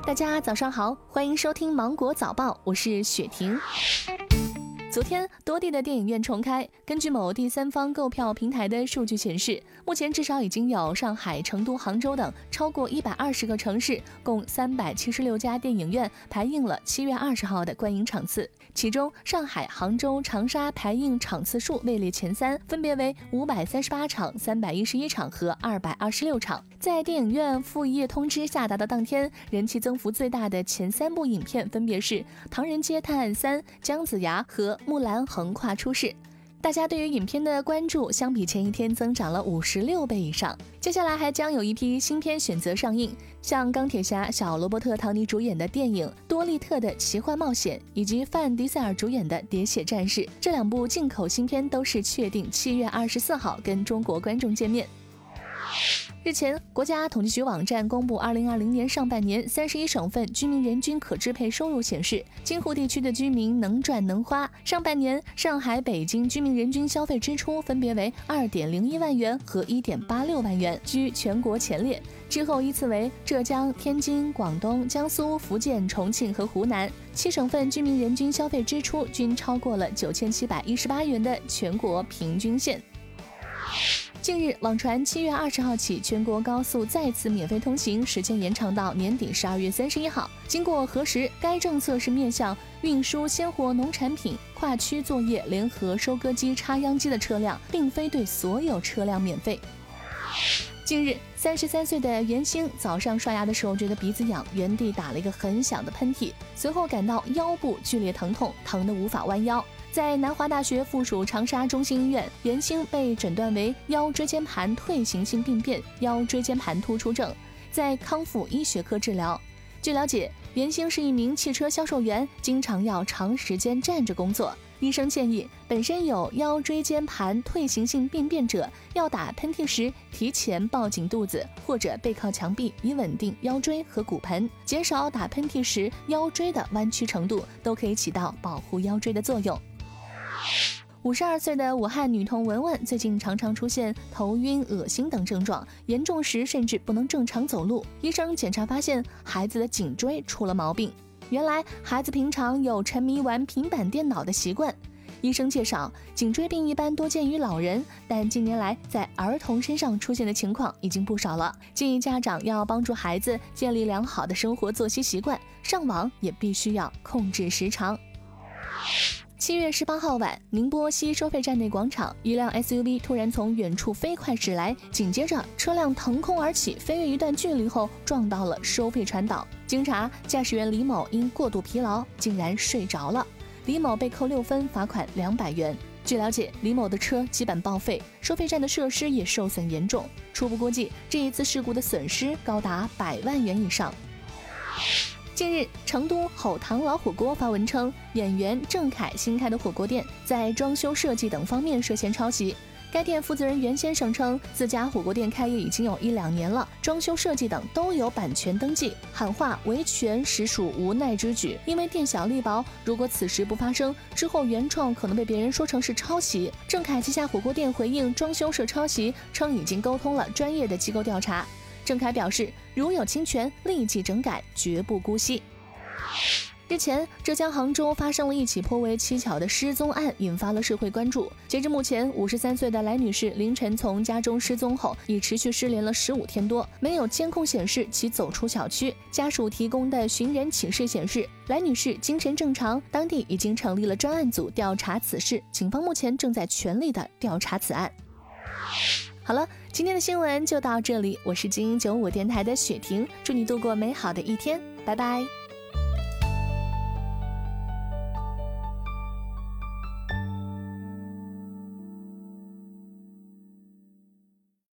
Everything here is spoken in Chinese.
大家早上好，欢迎收听芒果早报，我是雪婷。昨天，多地的电影院重开。根据某第三方购票平台的数据显示，目前至少已经有上海、成都、杭州等超过120个城市，共376家电影院排映了7月20号的观影场次。其中，上海、杭州、长沙排映场次数位列前3，分别为538场、311场和226场。在电影院复业通知下达的当天，人气增幅最大的前3部影片分别是《唐人街探案3》、姜子牙和木兰横跨出世。大家对于影片的关注相比前一天增长了56倍以上。接下来还将有一批新片选择上映，像钢铁侠小罗伯特·唐尼主演的电影《多利特的奇幻冒险》，以及范·迪塞尔主演的《喋血战士》。这2部进口新片都是确定7月24号跟中国观众见面。日前，国家统计局网站公布2020年上半年31省份居民人均可支配收入显示，京沪地区的居民能赚能花。上半年，上海、北京居民人均消费支出分别为2.01万元和1.86万元，居全国前列。之后依次为浙江、天津、广东、江苏、福建、重庆和湖南。7省份居民人均消费支出均超过了9718元的全国平均线。近日，网传7月20号起，全国高速再次免费通行，时间延长到年底12月31号。经过核实，该政策是面向运输鲜活农产品、跨区作业、联合收割机、插秧机的车辆，并非对所有车辆免费。近日，33岁的袁兴早上刷牙的时候觉得鼻子痒，原地打了一个很响的喷嚏，随后感到腰部剧烈疼痛，疼得无法弯腰。在南华大学附属长沙中心医院，袁兴被诊断为腰椎间盘退行性病变、腰椎间盘突出症，在康复医学科治疗。据了解，袁兴是一名汽车销售员，经常要长时间站着工作。医生建议，本身有腰椎间盘退行性病变者，要打喷嚏时提前抱紧肚子，或者背靠墙壁，以稳定腰椎和骨盆，减少打喷嚏时腰椎的弯曲程度，都可以起到保护腰椎的作用。52岁的武汉女童文文最近常常出现头晕、恶心等症状，严重时甚至不能正常走路。医生检查发现，孩子的颈椎出了毛病。原来孩子平常有沉迷玩平板电脑的习惯。医生介绍，颈椎病一般多见于老人，但近年来在儿童身上出现的情况已经不少了。建议家长要帮助孩子建立良好的生活作息习惯，上网也必须要控制时长。7月18号晚，宁波西收费站内广场，一辆 SUV 突然从远处飞快驶来，紧接着车辆腾空而起，飞跃一段距离后撞到了收费传导。经查，驾驶员李某因过度疲劳竟然睡着了，李某被扣6分，罚款200元。据了解，李某的车基本报废，收费站的设施也受损严重，初步估计这一次事故的损失高达100万元以上。近日，成都吼堂老火锅发文称，演员郑恺新开的火锅店在装修设计等方面涉嫌抄袭。该店负责人袁先生称，自家火锅店开业已经有1-2年了，装修设计等都有版权登记，喊话维权实属无奈之举。因为店小力薄，如果此时不发声，之后原创可能被别人说成是抄袭。郑恺旗下火锅店回应装修涉抄袭，称已经沟通了专业的机构调查。郑恺表示，如有侵权，立即整改，绝不姑息。日前，浙江杭州发生了一起颇为蹊跷的失踪案，引发了社会关注。截至目前，53岁的来女士凌晨从家中失踪后，已持续失联了15天多，没有监控显示其走出小区。家属提供的寻人启事显示，来女士精神正常，当地已经成立了专案组调查此事，警方目前正在全力的调查此案。好了，今天的新闻就到这里，我是精英95电台的雪婷，祝你度过美好的一天，拜拜。